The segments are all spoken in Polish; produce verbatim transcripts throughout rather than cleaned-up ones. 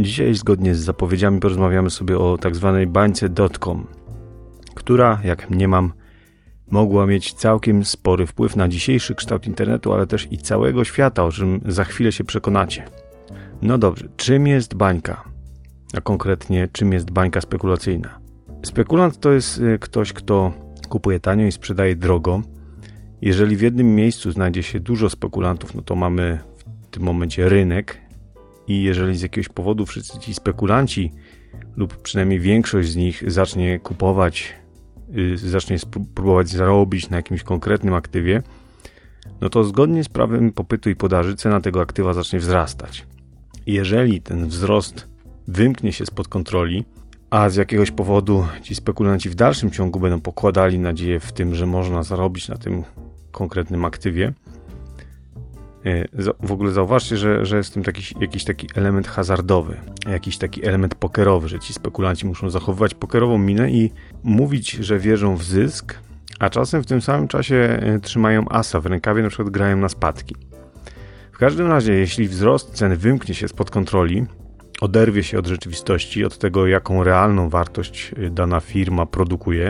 Dzisiaj zgodnie z zapowiedziami porozmawiamy sobie o tak zwanej bańce kropka com, która, jak mniemam, mogła mieć całkiem spory wpływ na dzisiejszy kształt internetu, ale też i całego świata, o czym za chwilę się przekonacie. No dobrze, czym jest bańka? A konkretnie, czym jest bańka spekulacyjna? Spekulant to jest ktoś, kto kupuje tanio i sprzedaje drogo. Jeżeli w jednym miejscu znajdzie się dużo spekulantów, no to mamy w tym momencie rynek i jeżeli z jakiegoś powodu wszyscy ci spekulanci lub przynajmniej większość z nich zacznie kupować, yy, zacznie próbować zarobić na jakimś konkretnym aktywie, no to zgodnie z prawem popytu i podaży cena tego aktywa zacznie wzrastać. Jeżeli ten wzrost wymknie się spod kontroli, a z jakiegoś powodu ci spekulanci w dalszym ciągu będą pokładali nadzieję w tym, że można zarobić na tym konkretnym aktywie. W ogóle zauważcie, że, że jest w tym taki, jakiś taki element hazardowy, jakiś taki element pokerowy, że ci spekulanci muszą zachowywać pokerową minę i mówić, że wierzą w zysk, a czasem w tym samym czasie trzymają asa w rękawie, na przykład grają na spadki. W każdym razie, jeśli wzrost cen wymknie się spod kontroli, oderwie się od rzeczywistości, od tego, jaką realną wartość dana firma produkuje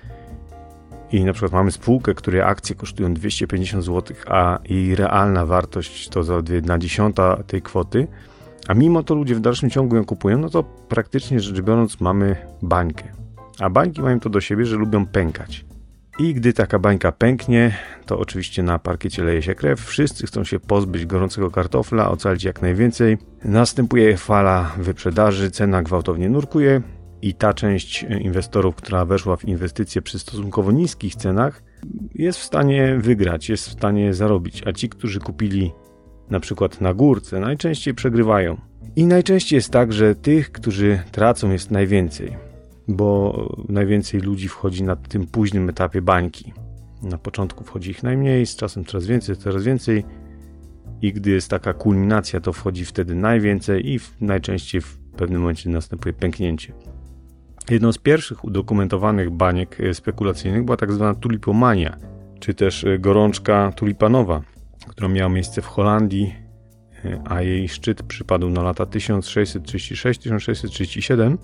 i na przykład mamy spółkę, której akcje kosztują dwieście pięćdziesiąt złotych, a jej realna wartość to zaledwie jedna dziesiąta tej kwoty, a mimo to ludzie w dalszym ciągu ją kupują, no to praktycznie rzecz biorąc mamy bańkę. A bańki mają to do siebie, że lubią pękać. I gdy taka bańka pęknie, to oczywiście na parkiecie leje się krew, wszyscy chcą się pozbyć gorącego kartofla, ocalić jak najwięcej. Następuje fala wyprzedaży, cena gwałtownie nurkuje i ta część inwestorów, która weszła w inwestycje przy stosunkowo niskich cenach, jest w stanie wygrać, jest w stanie zarobić, a ci, którzy kupili na przykład na górce, najczęściej przegrywają. I najczęściej jest tak, że tych, którzy tracą, jest najwięcej, bo najwięcej ludzi wchodzi na tym późnym etapie bańki. Na początku wchodzi ich najmniej, z czasem coraz więcej, coraz więcej i gdy jest taka kulminacja, to wchodzi wtedy najwięcej i najczęściej w pewnym momencie następuje pęknięcie. Jedną z pierwszych udokumentowanych baniek spekulacyjnych była tak zwana tulipomania, czy też gorączka tulipanowa, która miała miejsce w Holandii, a jej szczyt przypadł na lata tysiąc sześćset trzydzieści sześć do tysiąc sześćset trzydzieści siedem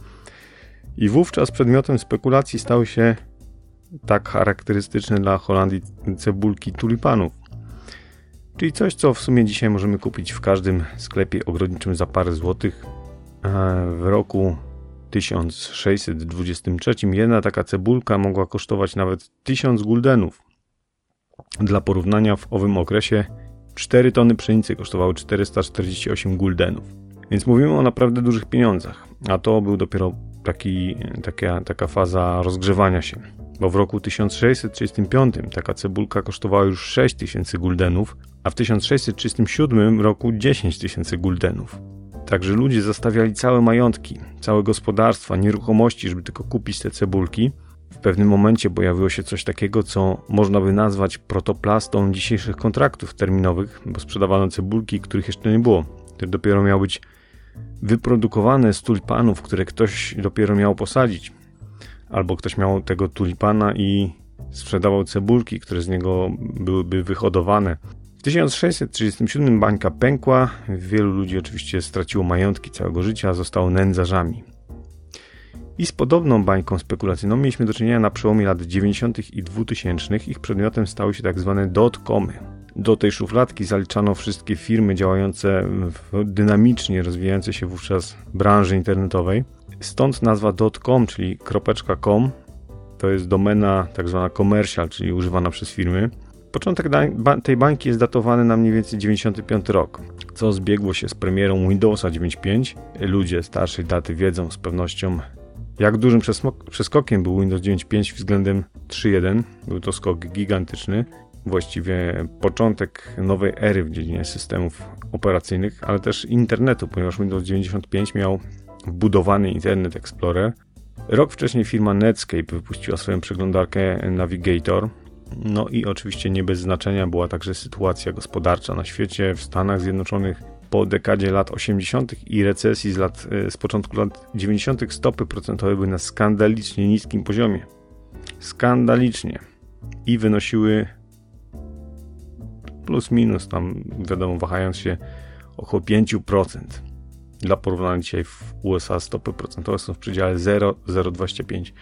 i wówczas przedmiotem spekulacji stały się tak charakterystyczne dla Holandii cebulki tulipanów. Czyli coś, co w sumie dzisiaj możemy kupić w każdym sklepie ogrodniczym za parę złotych. W roku tysiąc sześćset dwudziestym trzecim jedna taka cebulka mogła kosztować nawet tysiąc guldenów. Dla porównania w owym okresie cztery tony pszenicy kosztowały czterysta czterdzieści osiem guldenów. Więc mówimy o naprawdę dużych pieniądzach. A to był dopiero taki, taka, taka faza rozgrzewania się. Bo w roku tysiąc sześćset trzydziestym piątym taka cebulka kosztowała już sześć tysięcy guldenów, a w tysiąc sześćset trzydziestym siódmym roku dziesięć tysięcy guldenów. Także ludzie zostawiali całe majątki, całe gospodarstwa, nieruchomości, żeby tylko kupić te cebulki. W pewnym momencie pojawiło się coś takiego, co można by nazwać protoplastą dzisiejszych kontraktów terminowych, bo sprzedawano cebulki, których jeszcze nie było. Te dopiero miały być wyprodukowane z tulipanów, które ktoś dopiero miał posadzić. Albo ktoś miał tego tulipana i sprzedawał cebulki, które z niego byłyby wyhodowane. W tysiąc sześćset trzydziestym siódmym bańka pękła, wielu ludzi oczywiście straciło majątki całego życia, zostało nędzarzami. I z podobną bańką spekulacyjną mieliśmy do czynienia na przełomie lat dziewięćdziesiątych i dwutysięcznych. Ich przedmiotem stały się tak zwane dot-comy. Do tej szufladki zaliczano wszystkie firmy działające w dynamicznie rozwijającej się wówczas branży internetowej. Stąd nazwa dot-com, czyli .com, to jest domena tak zwana commercial, czyli używana przez firmy. Początek tej bańki jest datowany na mniej więcej dziewięćdziesiąty piąty rok, co zbiegło się z premierą Windowsa dziewięćdziesiąt pięć. Ludzie starszej daty wiedzą z pewnością, jak dużym przeskokiem był Windows dziewięćdziesiąt pięć względem trzy jeden. Był to skok gigantyczny, właściwie początek nowej ery w dziedzinie systemów operacyjnych, ale też internetu, ponieważ Windows dziewięćdziesiąt pięć miał wbudowany Internet Explorer. Rok wcześniej firma Netscape wypuściła swoją przeglądarkę Navigator. No i oczywiście nie bez znaczenia była także sytuacja gospodarcza na świecie, w Stanach Zjednoczonych. Po dekadzie lat osiemdziesiątych i recesji z, lat, z początku lat dziewięćdziesiątych stopy procentowe były na skandalicznie niskim poziomie. Skandalicznie. I wynosiły plus minus tam, wiadomo, wahając się około pięć procent. Dla porównania dzisiaj w U S A stopy procentowe są w przedziale zero do zero przecinek dwadzieścia pięć.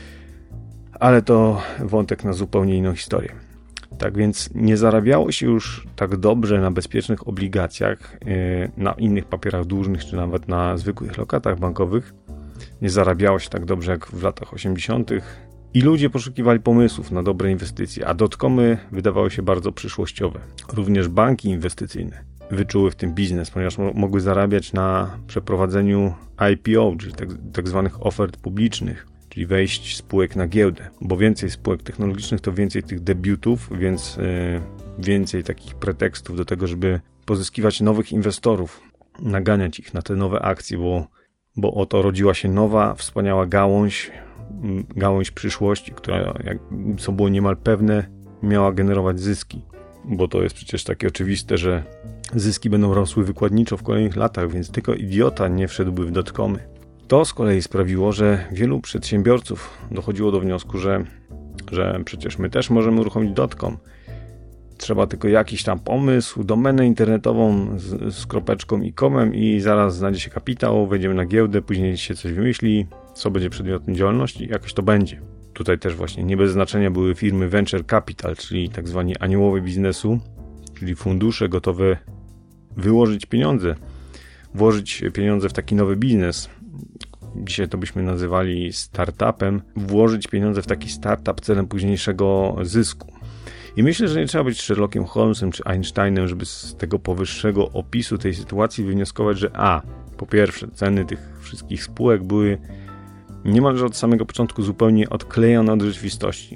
Ale to wątek na zupełnie inną historię. Tak więc nie zarabiało się już tak dobrze na bezpiecznych obligacjach, na innych papierach dłużnych, czy nawet na zwykłych lokatach bankowych. Nie zarabiało się tak dobrze jak w latach osiemdziesiątych. I ludzie poszukiwali pomysłów na dobre inwestycje, a dotcomy wydawały się bardzo przyszłościowe. Również banki inwestycyjne wyczuły w tym biznes, ponieważ mogły zarabiać na przeprowadzeniu I P O, czyli tak, tak zwanych ofert publicznych, czyli wejść spółek na giełdę. Bo więcej spółek technologicznych to więcej tych debiutów, więc yy, więcej takich pretekstów do tego, żeby pozyskiwać nowych inwestorów, naganiać ich na te nowe akcje, bo, bo oto rodziła się nowa, wspaniała gałąź, gałąź przyszłości, która, jak, co było niemal pewne, miała generować zyski. Bo to jest przecież takie oczywiste, że zyski będą rosły wykładniczo w kolejnych latach, więc tylko idiota nie wszedłby w dotcomy. To z kolei sprawiło, że wielu przedsiębiorców dochodziło do wniosku, że, że przecież my też możemy uruchomić dotcom. Trzeba tylko jakiś tam pomysł, domenę internetową z, z kropeczką i komem i zaraz znajdzie się kapitał, wejdziemy na giełdę, później się coś wymyśli, co będzie przedmiotem działalności i jakoś to będzie. Tutaj też właśnie nie bez znaczenia były firmy Venture Capital, czyli tak zwani aniołowie biznesu, czyli fundusze gotowe wyłożyć pieniądze, włożyć pieniądze w taki nowy biznes. Dzisiaj to byśmy nazywali startupem, włożyć pieniądze w taki startup celem późniejszego zysku. I myślę, że nie trzeba być Sherlockiem Holmesem czy Einsteinem, żeby z tego powyższego opisu tej sytuacji wywnioskować, że a, po pierwsze, ceny tych wszystkich spółek były niemalże od samego początku zupełnie odklejone od rzeczywistości.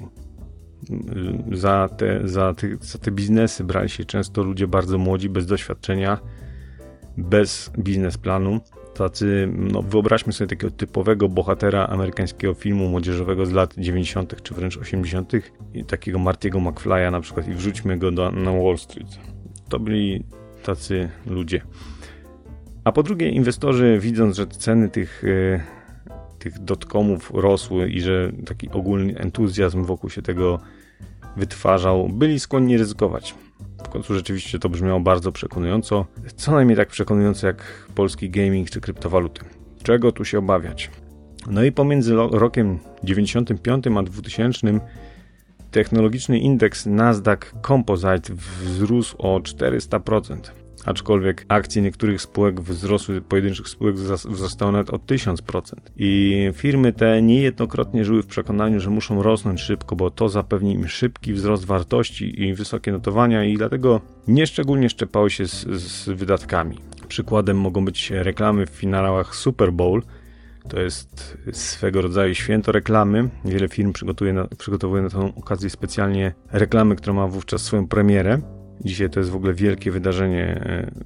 Za te, za te, za te biznesy brali się często ludzie bardzo młodzi, bez doświadczenia, bez biznesplanu. Tacy, no wyobraźmy sobie takiego typowego bohatera amerykańskiego filmu młodzieżowego z lat dziewięćdziesiątych czy wręcz osiemdziesiątych i takiego Martiego McFly'a na przykład i wrzućmy go do, na Wall Street. To byli tacy ludzie. A po drugie inwestorzy, widząc, że ceny tych, yy, tych dotcomów rosły i że taki ogólny entuzjazm wokół się tego wytwarzał, byli skłonni ryzykować. W końcu rzeczywiście to brzmiało bardzo przekonująco, co najmniej tak przekonująco jak polski gaming czy kryptowaluty. Czego tu się obawiać? No i pomiędzy rokiem dziewięćdziesiątym piątym a dwutysięcznym technologiczny indeks Nasdaq Composite wzrósł o czterysta procent. Aczkolwiek akcje niektórych spółek wzrosły, pojedynczych spółek wzrastały nawet o tysiąc procent. I firmy te niejednokrotnie żyły w przekonaniu, że muszą rosnąć szybko, bo to zapewni im szybki wzrost wartości i wysokie notowania i dlatego nieszczególnie szczepały się z, z wydatkami. Przykładem mogą być reklamy w finałach Super Bowl. To jest swego rodzaju święto reklamy. Wiele firm przygotowuje na, przygotowuje na tę okazję specjalnie reklamy, która ma wówczas swoją premierę. Dzisiaj to jest w ogóle wielkie wydarzenie.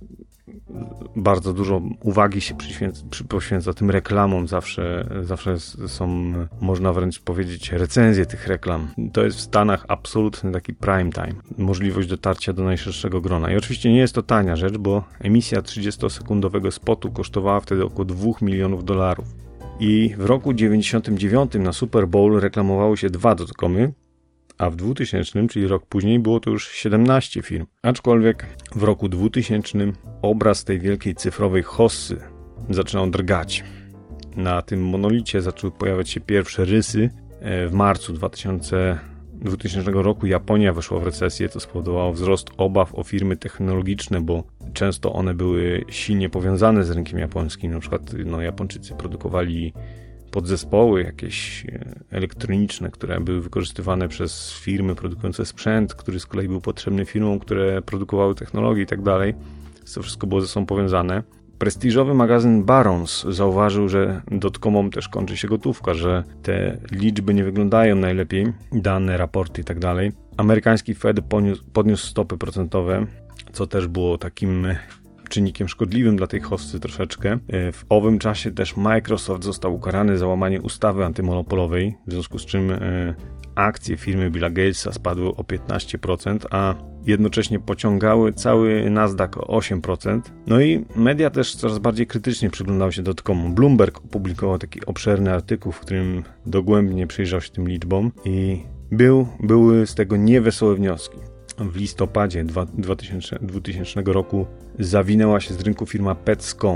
Bardzo dużo uwagi się poświęca tym reklamom. Zawsze, zawsze są, można wręcz powiedzieć, recenzje tych reklam. To jest w Stanach absolutny taki prime time. Możliwość dotarcia do najszerszego grona. I oczywiście nie jest to tania rzecz, bo emisja trzydziestosekundowego spotu kosztowała wtedy około dwóch milionów dolarów. I w roku dziewięćdziesiątym dziewiątym na Super Bowl reklamowały się dwa dotcomy, a w dwutysięcznym, czyli rok później, było to już siedemnaście firm. Aczkolwiek w roku dwutysięcznym obraz tej wielkiej cyfrowej hossy zaczynał drgać. Na tym monolicie zaczęły pojawiać się pierwsze rysy. W marcu dwutysięcznego roku Japonia weszła w recesję, co spowodowało wzrost obaw o firmy technologiczne, bo często one były silnie powiązane z rynkiem japońskim. Na przykład no, Japończycy produkowali podzespoły jakieś elektroniczne, które były wykorzystywane przez firmy produkujące sprzęt, który z kolei był potrzebny firmom, które produkowały technologię i tak dalej. To wszystko było ze sobą powiązane. Prestiżowy magazyn Barron's zauważył, że dotcomom też kończy się gotówka, że te liczby nie wyglądają najlepiej, dane, raporty i tak dalej. Amerykański Fed podniósł, podniósł stopy procentowe, co też było takim czynnikiem szkodliwym dla tej hossy troszeczkę. W owym czasie też Microsoft został ukarany za łamanie ustawy antymonopolowej, w związku z czym akcje firmy Billa Gatesa spadły o piętnaście procent, a jednocześnie pociągały cały Nasdaq o osiem procent. No i media też coraz bardziej krytycznie przyglądały się dotcomom. Bloomberg opublikował taki obszerny artykuł, w którym dogłębnie przyjrzał się tym liczbom i był, były z tego niewesołe wnioski. W listopadzie dwutysięcznego roku zawinęła się z rynku firma Pets kropka com,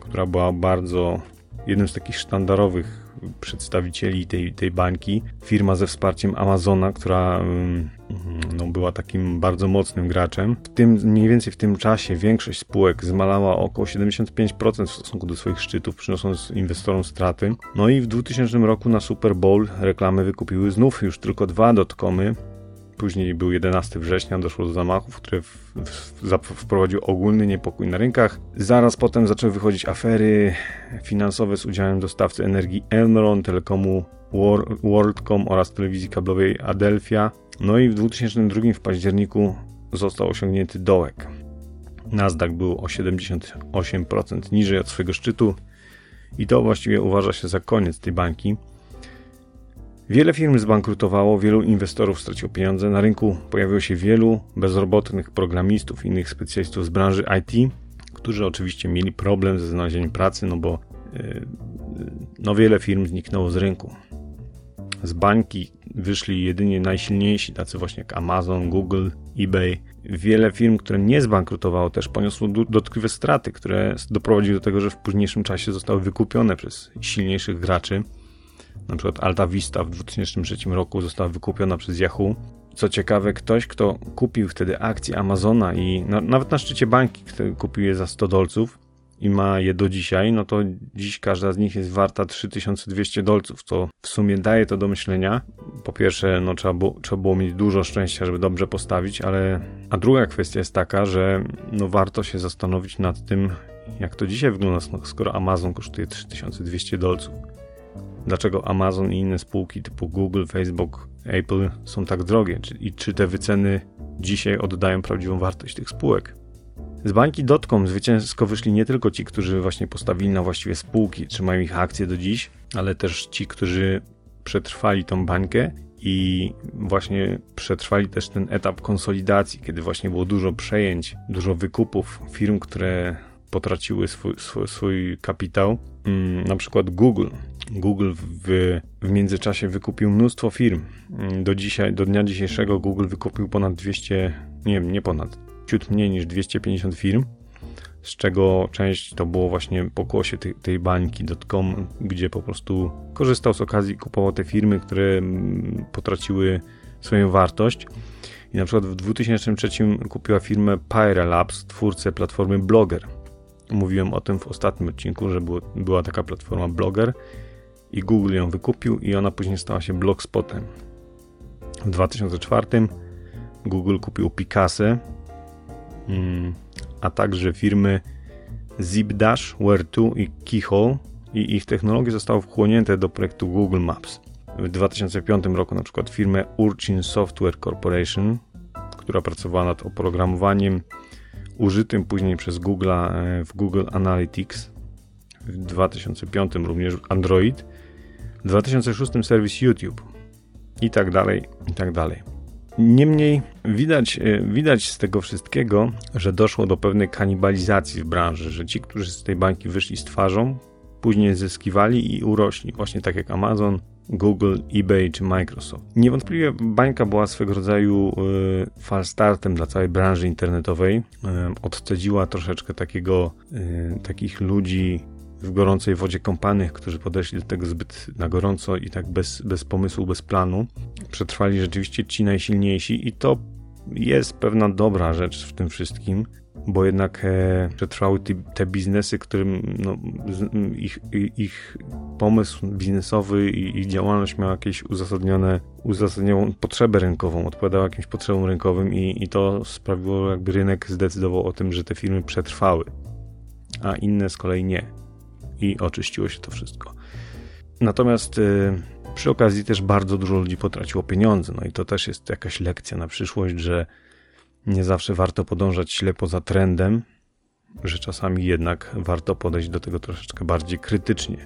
która była bardzo jednym z takich sztandarowych przedstawicieli tej, tej bańki. Firma ze wsparciem Amazona, która no, była takim bardzo mocnym graczem. W tym, mniej więcej w tym czasie większość spółek zmalała o około siedemdziesiąt pięć procent w stosunku do swoich szczytów, przynosząc inwestorom straty. No i w dwutysięcznym roku na Super Bowl reklamy wykupiły znów już tylko dwa dotcomy. Później był jedenastego września, doszło do zamachów, które w, w, wprowadził ogólny niepokój na rynkach. Zaraz potem zaczęły wychodzić afery finansowe z udziałem dostawcy energii Enron, telekomu WorldCom oraz telewizji kablowej Adelphia. No i w dwa tysiące drugim w październiku został osiągnięty dołek. Nasdaq był o siedemdziesiąt osiem procent niżej od swojego szczytu i to właściwie uważa się za koniec tej bańki. Wiele firm zbankrutowało, wielu inwestorów straciło pieniądze, na rynku pojawiło się wielu bezrobotnych programistów i innych specjalistów z branży I T, którzy oczywiście mieli problem ze znalezieniem pracy, no bo yy, no wiele firm zniknęło z rynku. Z bańki wyszli jedynie najsilniejsi, tacy właśnie jak Amazon, Google, eBay. Wiele firm, które nie zbankrutowało, też poniosło dotkliwe straty, które doprowadziły do tego, że w późniejszym czasie zostały wykupione przez silniejszych graczy. Na przykład Alta Vista w dwa tysiące trzecim roku została wykupiona przez Yahoo. Co ciekawe, ktoś, kto kupił wtedy akcje Amazona i na, nawet na szczycie bańki kupił je za sto dolców i ma je do dzisiaj, no to dziś każda z nich jest warta trzy tysiące dwieście dolców, co w sumie daje to do myślenia. Po pierwsze, no trzeba było, trzeba było mieć dużo szczęścia, żeby dobrze postawić, ale a druga kwestia jest taka, że no warto się zastanowić nad tym, jak to dzisiaj wygląda, skoro Amazon kosztuje trzy tysiące dwieście dolców. Dlaczego Amazon i inne spółki typu Google, Facebook, Apple są tak drogie? I czy te wyceny dzisiaj oddają prawdziwą wartość tych spółek? Z bańki dotcom zwycięsko wyszli nie tylko ci, którzy właśnie postawili na właściwe spółki, trzymają ich akcje do dziś, ale też ci, którzy przetrwali tą bańkę i właśnie przetrwali też ten etap konsolidacji, kiedy właśnie było dużo przejęć, dużo wykupów firm, które potraciły swój, swój, swój kapitał. Na przykład Google. Google w, w międzyczasie wykupił mnóstwo firm. Do dzisiaj, do dnia dzisiejszego Google wykupił ponad dwieście, nie wiem, nie ponad, ciut mniej niż dwieście pięćdziesiąt firm, z czego część to było właśnie pokłosie tej, tej bańki dotcom, gdzie po prostu korzystał z okazji i kupował te firmy, które potraciły swoją wartość. I na przykład w dwa tysiące trzecim kupiła firmę Pyre Labs, twórcę platformy Blogger. Mówiłem o tym w ostatnim odcinku, że było, była taka platforma Blogger i Google ją wykupił i ona później stała się Blogspotem. W dwa tysiące czwartym Google kupił Picasę, a także firmy ZipDash, Where to i Keyhole i ich technologie zostały wchłonięte do projektu Google Maps. W dwa tysiące piątym roku na przykład firmę Urchin Software Corporation, która pracowała nad oprogramowaniem użytym później przez Google'a w Google Analytics. W dwa tysiące piątym również Android. W dwa tysiące szóstym serwis YouTube. I tak dalej, i tak dalej. Niemniej widać, widać z tego wszystkiego, że doszło do pewnej kanibalizacji w branży, że ci, którzy z tej bańki wyszli z twarzą, później zyskiwali i urośli, właśnie tak jak Amazon, Google, eBay czy Microsoft. Niewątpliwie bańka była swego rodzaju y, falstartem dla całej branży internetowej. Y, odcedziła troszeczkę takiego, y, takich ludzi w gorącej wodzie kąpanych, którzy podeszli do tego zbyt na gorąco i tak bez, bez pomysłu, bez planu. Przetrwali rzeczywiście ci najsilniejsi i to jest pewna dobra rzecz w tym wszystkim, bo jednak e, przetrwały te, te biznesy, którym no, z, ich, ich pomysł biznesowy i ich działalność miała jakieś uzasadnione, uzasadnioną potrzebę rynkową, odpowiadała jakimś potrzebom rynkowym i, i to sprawiło, jakby rynek zdecydował o tym, że te firmy przetrwały, a inne z kolei nie. I oczyściło się to wszystko. Natomiast y, przy okazji też bardzo dużo ludzi potraciło pieniądze. No i to też jest jakaś lekcja na przyszłość, że nie zawsze warto podążać ślepo za trendem, że czasami jednak warto podejść do tego troszeczkę bardziej krytycznie.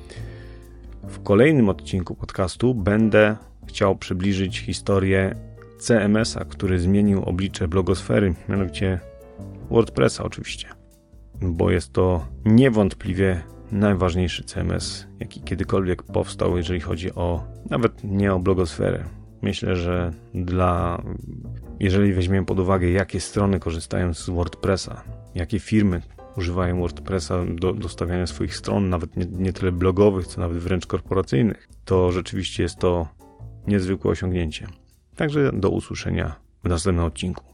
W kolejnym odcinku podcastu będę chciał przybliżyć historię C M S a, który zmienił oblicze blogosfery, mianowicie WordPressa oczywiście, bo jest to niewątpliwie najważniejszy C M S, jaki kiedykolwiek powstał, jeżeli chodzi o, nawet nie o blogosferę. Myślę, że dla, jeżeli weźmiemy pod uwagę, jakie strony korzystają z WordPressa, jakie firmy używają WordPressa do, do stawiania swoich stron, nawet nie, nie tyle blogowych, co nawet wręcz korporacyjnych, to rzeczywiście jest to niezwykłe osiągnięcie. Także do usłyszenia w następnym odcinku.